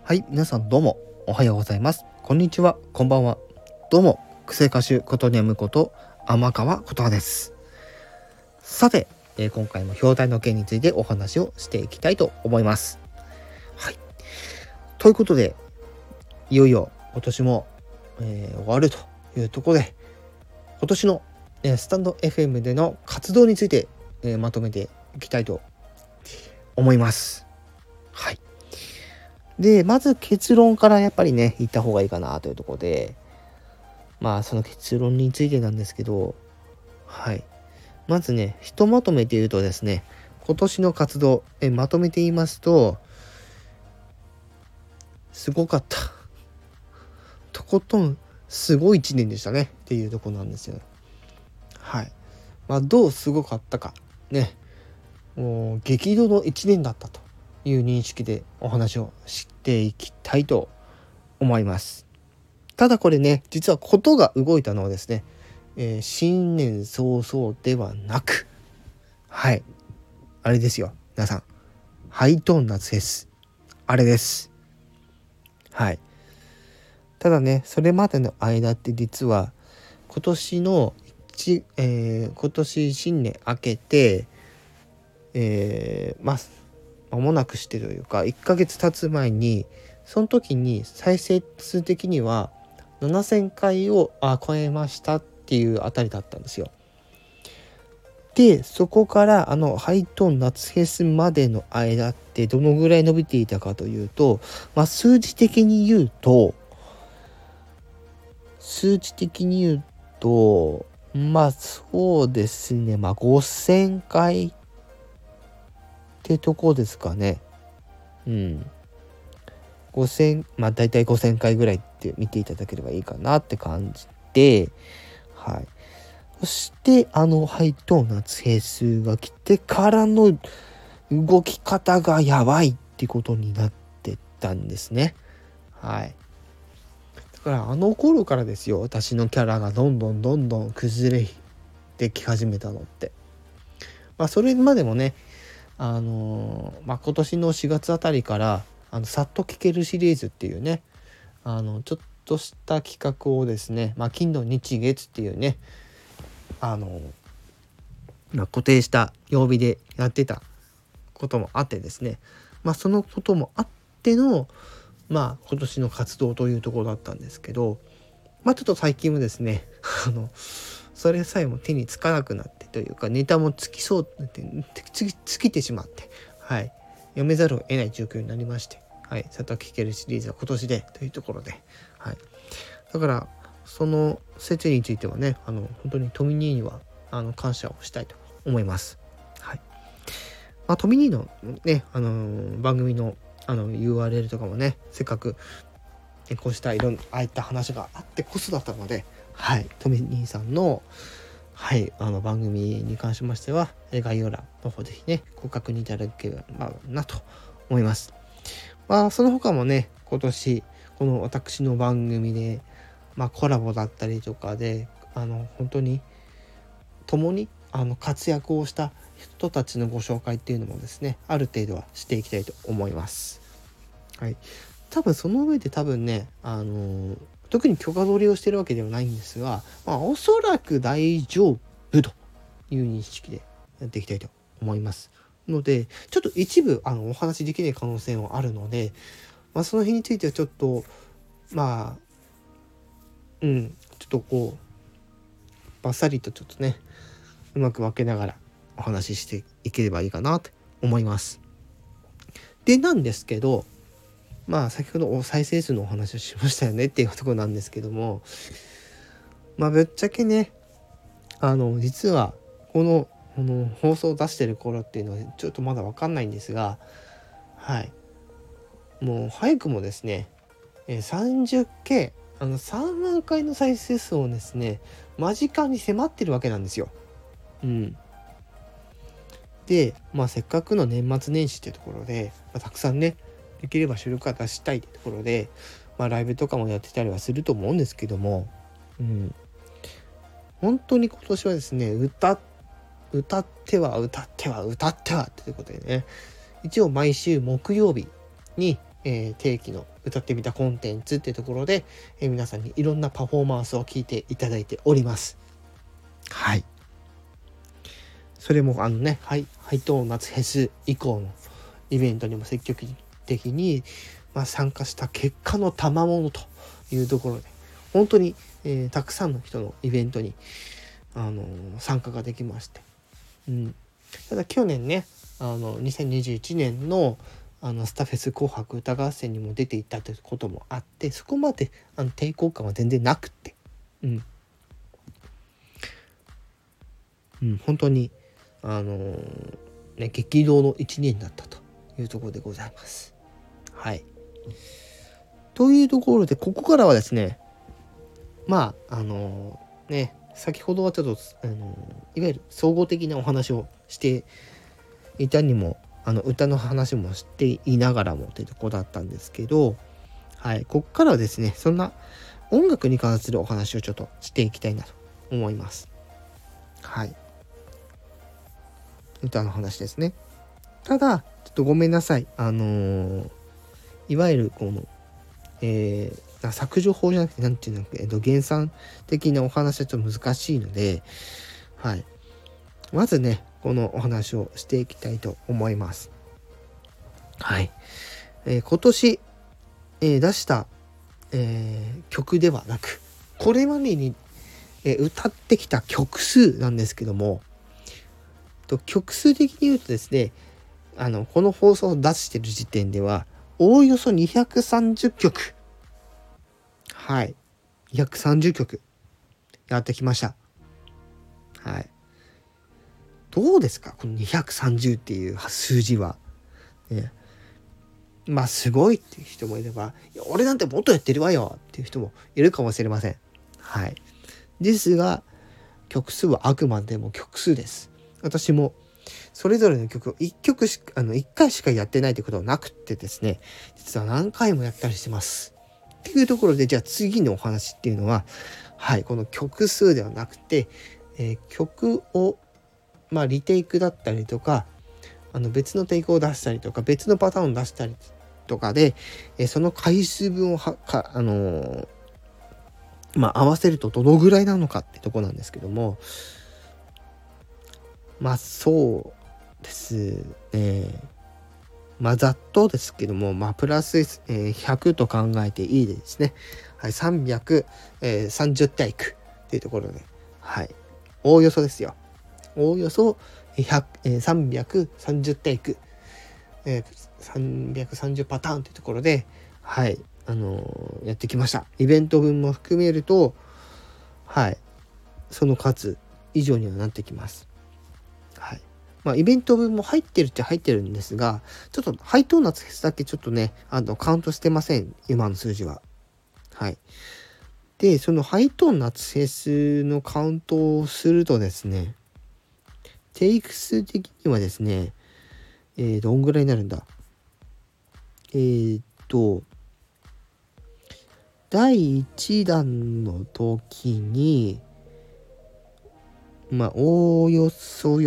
はい、皆さんどうもおはようございます。こんにちは、こんばんは。どうも、癖歌手ことにゃむこと天川ことはです。さて、今回も表題の件についてお話をしていきたいと思います。はい。ということで、いよいよ今年も、終わるというところで、今年の、スタンド FM での活動について、まとめていきたいと思います。はい。で、まず結論からやっぱりね、言った方がいいかなというところで、その結論についてなんですけど、はい。まずね、ひとまとめて言うとですね、今年の活動、まとめて言いますと、すごかった。とことん、すごい一年でしたねっていうところなんですよ。はい。どうすごかったか。ね。もう、激動の一年だったという認識でお話をしていきたいと思います。ただこれね、実はことが動いたのはですね、新年早々ではなく、はい、あれですよ、皆さん、ハイトーン夏フェス、あれです。はい。ただね、それまでの間って実は、今年の今年新年明けて、間もなくしてというか、1ヶ月経つ前に、その時に再生数的には7000回を超えましたっていうあたりだったんですよ。で、そこからハイトーン夏フェスまでの間ってどのぐらい伸びていたかというと、数字的に言うと、そうですね、5000回ってとこですかね。うん。だいたい5000回ぐらいって見ていただければいいかなって感じで、はい。そしてハイトーン夏フェスが来てからの動き方がやばいってことになってたんですね。はい。だから頃からですよ、私のキャラがどんどん崩れてき始めたのって。それまでもね、今年の4月あたりからさっと聞けるシリーズっていうね、ちょっとした企画をですね、金土日月っていうね、固定した曜日でやってたこともあってですね、そのこともあっての今年の活動というところだったんですけど、ちょっと最近もですねそれさえも手につかなくなってというか、ネタもつきそうって尽きてしまって、はい、読めざるを得ない状況になりまして、はい、さっと聞けるシリーズは今年でというところで、はい、だからその説についてはね、本当にトミニーには感謝をしたいと思います。はい。トミニーのね、番組のURL とかもね、せっかくこうしたああいった話があってこそだったので、はい、トミニーさんのはい番組に関しましては概要欄の方ぜひねご確認いただければなと思います。その他もね、今年この私の番組でコラボだったりとかで本当に共に活躍をした人たちのご紹介っていうのもですね、ある程度はしていきたいと思います。はい。多分その上でね、特に許可取りをしてるわけではないんですが、おそらく大丈夫という認識でやっていきたいと思いますので、ちょっと一部お話しできない可能性もあるので、その辺についてはちょっとちょっとバッサリとちょっとね、うまく分けながらお話ししていければいいかなと思います。でなんですけど、先ほど再生数のお話をしましたよねっていうところなんですけども、ぶっちゃけね、実はこの放送を出してる頃っていうのはちょっとまだ分かんないんですが、はい、もう早くもですね、30K 3万回の再生数をですね間近に迫ってるわけなんですよ。でせっかくの年末年始っていうところで、たくさんねできれば収録は出したいってところで、ライブとかもやってたりはすると思うんですけども、本当に今年はですね歌ってはっていうことでね、一応毎週木曜日に、 定期の歌ってみたコンテンツっていうところで、皆さんにいろんなパフォーマンスを聞いていただいております。はい。それもハイトーン夏フェス以降のイベントにも積極的に、参加した結果の賜物というところで、本当に、たくさんの人のイベントに、参加ができまして、ただ去年ね、2021年のスタフェス紅白歌合戦にも出ていたということもあって、そこまで抵抗感は全然なくて、本当に激動の1年だったというところでございます。はい。というところで、ここからはですね、先ほどはちょっといわゆる総合的なお話をしていたにも、歌の話もしていながらもというところだったんですけど、はい、ここからはですね、そんな音楽に関するお話をちょっとしていきたいなと思います。はい。歌の話ですね。ただ、ちょっとごめんなさい。いわゆるこの、削除法じゃなくて、なんていうの、原産的なお話はちょっと難しいので、はい。まずね、このお話をしていきたいと思います。はい。今年、出した、曲ではなく、これまでに、歌ってきた曲数なんですけども、曲数的に言うとですね、この放送を出している時点では、おおよそ230曲。はい。230曲やってきました。はい。どうですかこの230っていう数字は。ね、すごいっていう人もいれば、俺なんてもっとやってるわよっていう人もいるかもしれません。はい。ですが、曲数はあくまでも曲数です。私もそれぞれの曲を1回しかやってないということはなくてですね、実は何回もやったりしてます。っていうところで、じゃあ次のお話っていうのは、はい、この曲数ではなくて、曲を、リテイクだったりとか、別のテイクを出したりとか、別のパターンを出したりとかで、その回数分を合わせるとどのぐらいなのかってとこなんですけども、そうですね。ざっとですけども、プラス、100と考えていいですね。はい、330テイクっていうところで、はい、おおよそですよ。おおよそ330テイク、330パターンというところで、はい、やってきました。イベント分も含めると、はい、その数以上にはなってきます。はい。イベント分も入ってるっちゃ入ってるんですが、ちょっとハイトーンなフェスだけちょっとね、カウントしてません。今の数字は。はい。で、そのハイトーンなフェスのカウントをするとですね、テイク数的にはですね、どんぐらいになるんだ第1弾の時に、おおよそ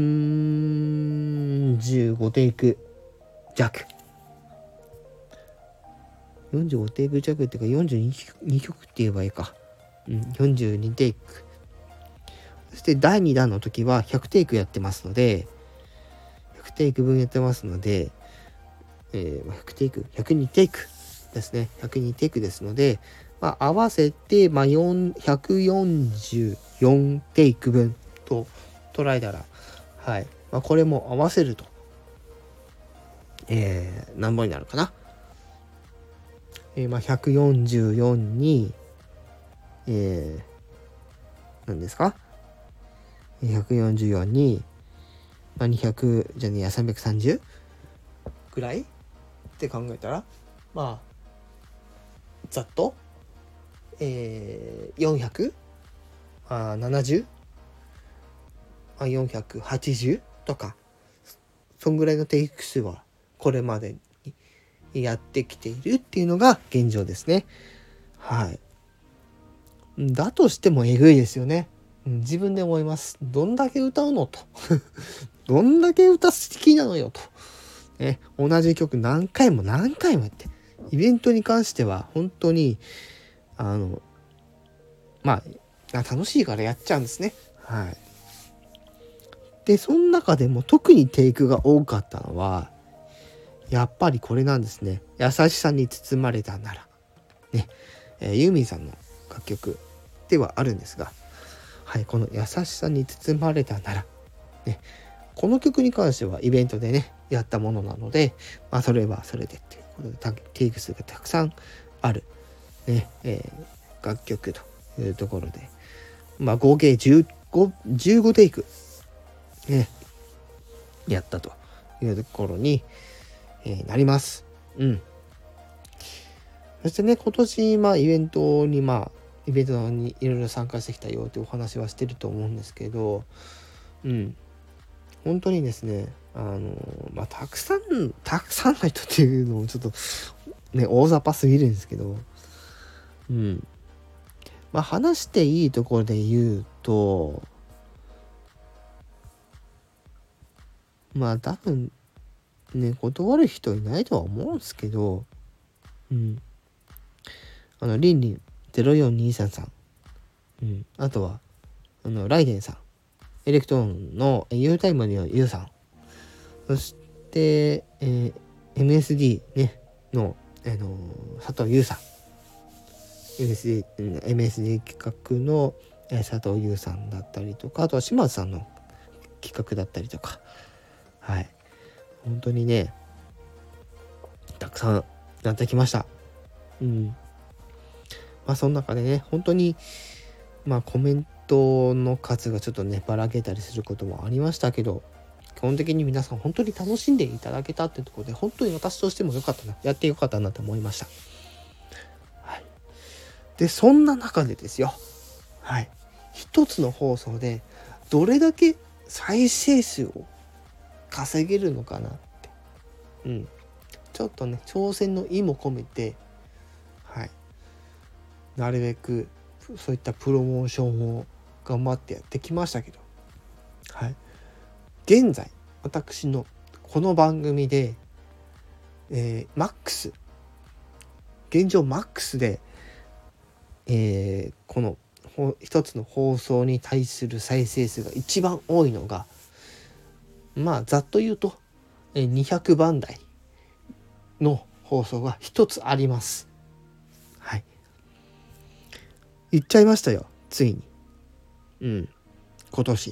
45テイク弱。45テイク弱っていうか42曲って言えばいいか。42テイク。そして第2弾の時は100テイクやってますので、100テイク分やってますので、100テイク、102テイクですね。102テイクですので、合わせて、144テイク分と捉えたら、はい。これも合わせると、何本になるかな。144に、何ですか ?144 に、200じゃねえや、330ぐらいって考えたら、ざっと、400、70、480とか、そんぐらいのテイク数はこれまでにやってきているっていうのが現状ですね。はい。だとしてもえぐいですよね。自分で思います。どんだけ歌うのと。どんだけ歌好きなのよと。 同じ曲何回もやって、イベントに関しては本当に楽しいからやっちゃうんですね。はい。でその中でも特にテイクが多かったのはやっぱりこれなんですね。優しさに包まれたならね、ユーミンさんの楽曲ではあるんですが、はい、この優しさに包まれたならね、この曲に関してはイベントでねやったものなので、それはそれでっていうことでテイク数がたくさんあるね、楽曲というところで、合計15テイクねやったというところに、なります。そしてね、今年イベントにいろいろ参加してきたよってお話はしてると思うんですけど、本当にですね、たくさんの人っていうのもちょっとね大雑把すぎるんですけど、話していいところで言うと、多分ね断る人いないとは思うんですけど、リンリン0423さん、あとはライデンさん、エレクトーンの U タイムの U さん、そして、MSD ねの、佐藤優さん、MSD 企画の佐藤優さんだったりとか、あとは島津さんの企画だったりとか、はい、本当にねたくさんやってきました。その中でね本当にコメントの数がちょっとねばらけたりすることもありましたけど、基本的に皆さん本当に楽しんでいただけたってところで本当に私としてもやってよかったなと思いました。はい。でそんな中でですよ、はい、一つの放送でどれだけ再生数を稼げるのかなって、ちょっとね挑戦の意も込めて、はい、なるべくそういったプロモーションを頑張ってやってきましたけど、はい、現在私のこの番組で、現状マックスで、この一つの放送に対する再生数が一番多いのがざっと言うと200番台の放送が一つあります。はい、言っちゃいましたよついに。今年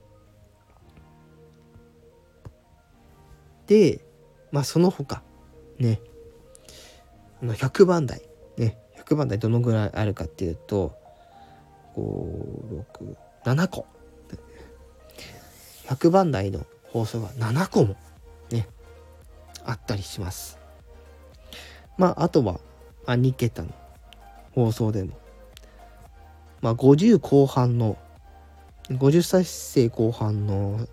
でその他ね100番台ね100番台どのぐらいあるかっていうと7個100番台の放送が7個もねあったりします。あとは2桁の放送でも50後半の50再生後半の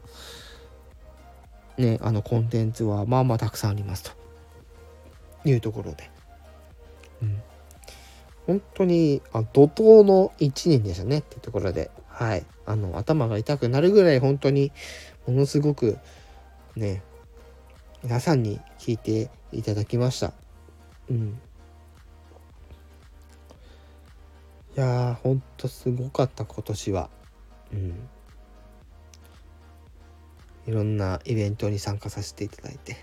ねコンテンツはたくさんありますというところで、本当に怒涛の1年でしたねっていうところで、はい、頭が痛くなるぐらい本当にものすごくね皆さんに聞いていただきました。いやーほんとすごかった今年は。いろんなイベントに参加させていただいて、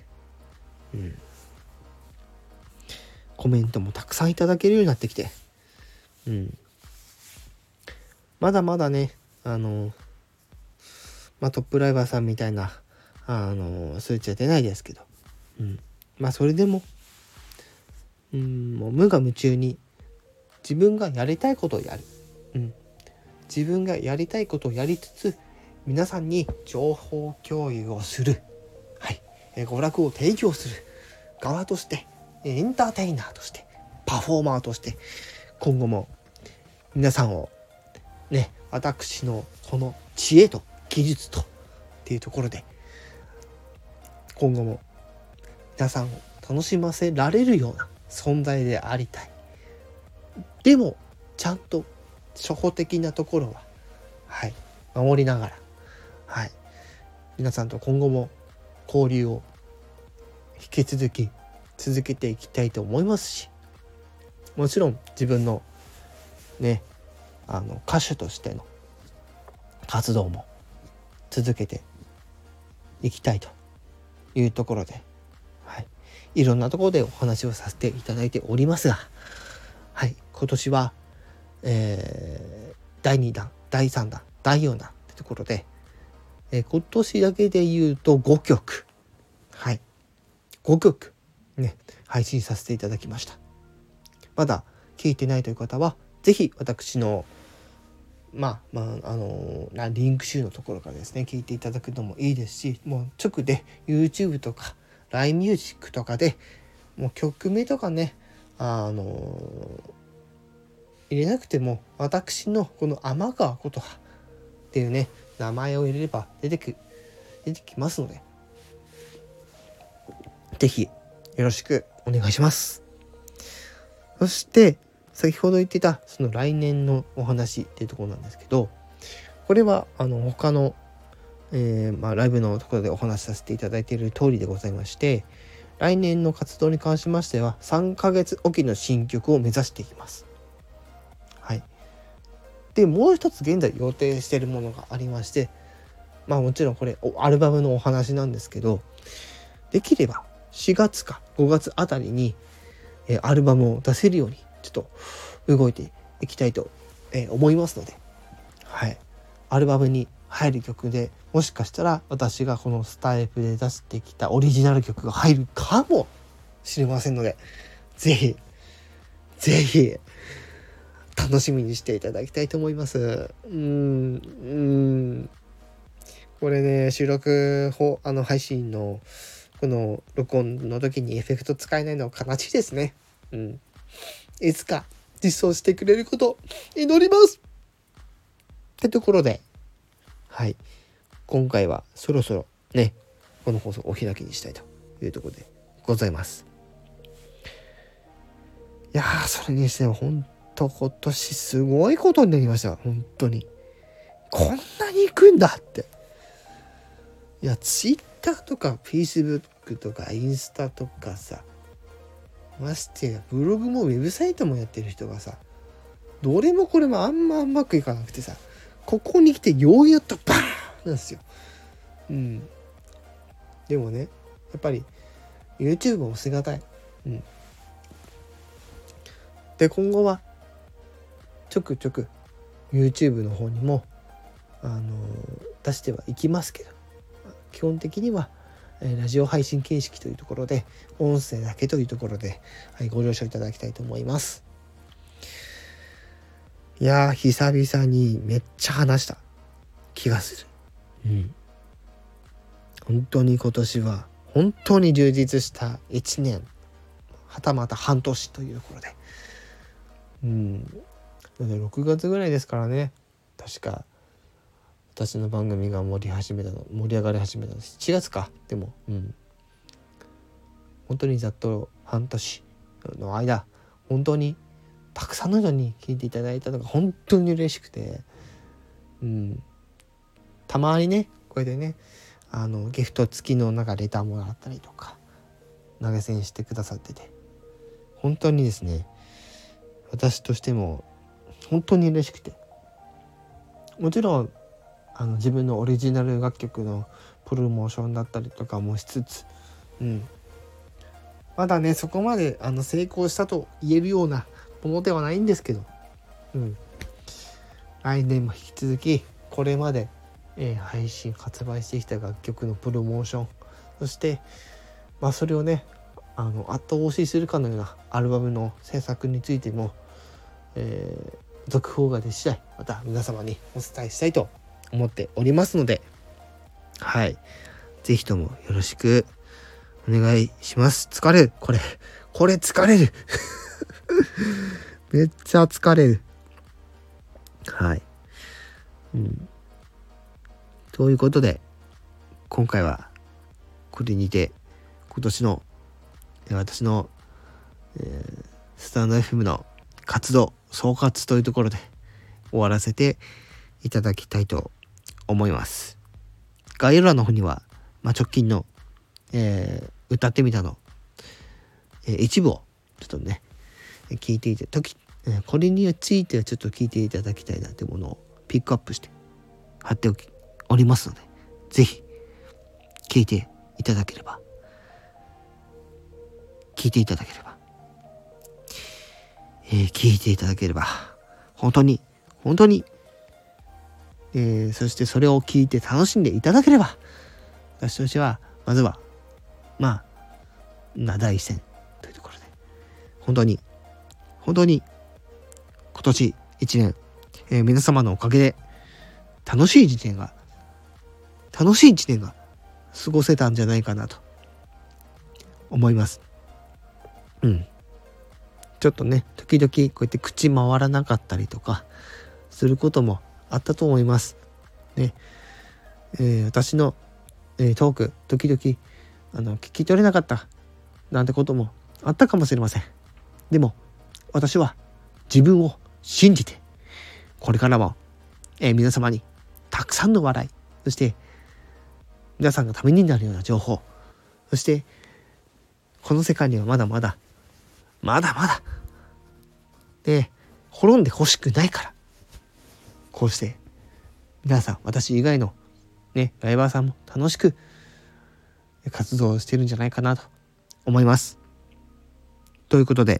コメントもたくさんいただけるようになってきて、まだまだねトップライバーさんみたいな数値は出ないですけど、それでももう無我夢中に自分がやりたいことをやる、自分がやりたいことをやりつつ皆さんに情報共有をする、娯楽を提供する側としてエンターテイナーとしてパフォーマーとして今後も皆さんをね私のこの知恵と技術とっていうところで今後も皆さんを楽しませられるような存在でありたい。でもちゃんと初歩的なところは守りながら皆さんと今後も交流を引き続き続けていきたいと思いますし、もちろん自分のね歌手としての活動も続けていきたいというところで、いろんなところでお話をさせていただいておりますが、今年は、第2弾第3弾第4弾ってところで、今年だけで言うと5曲5曲ね配信させていただきました。まだ聞いてないという方はぜひ私のリンク集のところからですね聞いていただくのもいいですし、もう直で YouTube とか LINE ミュージックとかでもう曲名とかね入れなくても私のこの天川琴葉っていうね名前を入れれば出てきますので、ぜひよろしくお願いします。そして先ほど言ってたその来年のお話っていうところなんですけど、これは他の、ライブのところでお話しさせていただいている通りでございまして、来年の活動に関しましては3ヶ月おきの新曲を目指していきます。でもう一つ現在予定しているものがありまして、もちろんこれアルバムのお話なんですけど、できれば4月か5月あたりに、アルバムを出せるようにちょっと動いていきたいと、思いますので、アルバムに入る曲でもしかしたら私がこのスタイフで出してきたオリジナル曲が入るかもしれませんので、ぜひ楽しみにしていただきたいと思います。これね収録配信のこの録音の時にエフェクト使えないのは悲しいですね。いつか実装してくれることを祈りますってところで、今回はそろそろねこの放送をお開きにしたいというところでございます。いやそれにしても本当今年すごいことになりました。本当にこんなに行くんだって。いやツイッターとかフェイスブックとかインスタとかさ、ましてやブログもウェブサイトもやってる人がさ、どれもこれもあんまうまくいかなくてさ、ここに来てようやっとバーンなんですよ。でもねやっぱり YouTube も捨てがたい。で今後はちょく YouTube の方にも出してはいきますけど、基本的にはラジオ配信形式というところで音声だけというところで、ご了承いただきたいと思います。いや久々にめっちゃ話した気がする。本当に今年は本当に充実した1年はたまた半年というところで、6月ぐらいですからね、確か私の番組が盛り上がり始めたの7月か。でも本当にざっと半年の間本当にたくさんの人に聞いていただいたのが本当に嬉しくて、たまにねこれでねギフト付きのレターもらったりとか投げ銭してくださってて、本当にですね私としても本当に嬉しくて、もちろん自分のオリジナル楽曲のプロモーションだったりとかもしつつ、まだねそこまで成功したと言えるようなものではないんですけど、来年も引き続きこれまで、配信発売してきた楽曲のプロモーション、そしてそれをね後押しするかのようなアルバムの制作についても、続報が出次第また皆様にお伝えしたいと思っておりますので、ぜひともよろしくお願いします。疲れるこれ疲れるめっちゃ疲れる。ということで今回はこれにて今年の私の、スタンド FM の活動総括というところで終わらせていただきたいと思います。概要欄の方には、直近の、 歌ってみたの、一部をちょっとね聞いていてこれについてはちょっと聞いていただきたいなというものをピックアップして貼っておりますので、ぜひ聞いていただければ聞いていただければ本当にそしてそれを聞いて楽しんでいただければ、私としてはまずは第一線というところで本当に今年1年、皆様のおかげで楽しい一年が過ごせたんじゃないかなと思います。ちょっとね時々こうやって口回らなかったりとかすることもあったと思いますね。私の、トーク時々聞き取れなかったなんてこともあったかもしれません。でも私は自分を信じてこれからも、皆様にたくさんの笑い、そして皆さんがためになるような情報、そしてこの世界にはまだまだで滅んでほしくないから、こうして皆さん私以外のねライバーさんも楽しく活動してるんじゃないかなと思います。ということで、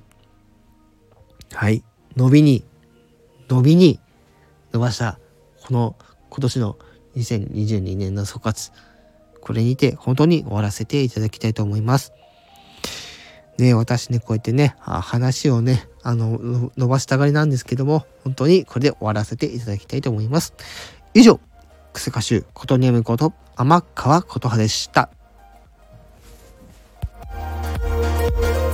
伸びに伸ばした今年の2022年の総括、これにて本当に終わらせていただきたいと思います。私ねこうやってね話をね伸ばしたがりなんですけども、本当にこれで終わらせていただきたいと思います。以上、クセ歌手ことにゃむこと天川琴葉でした。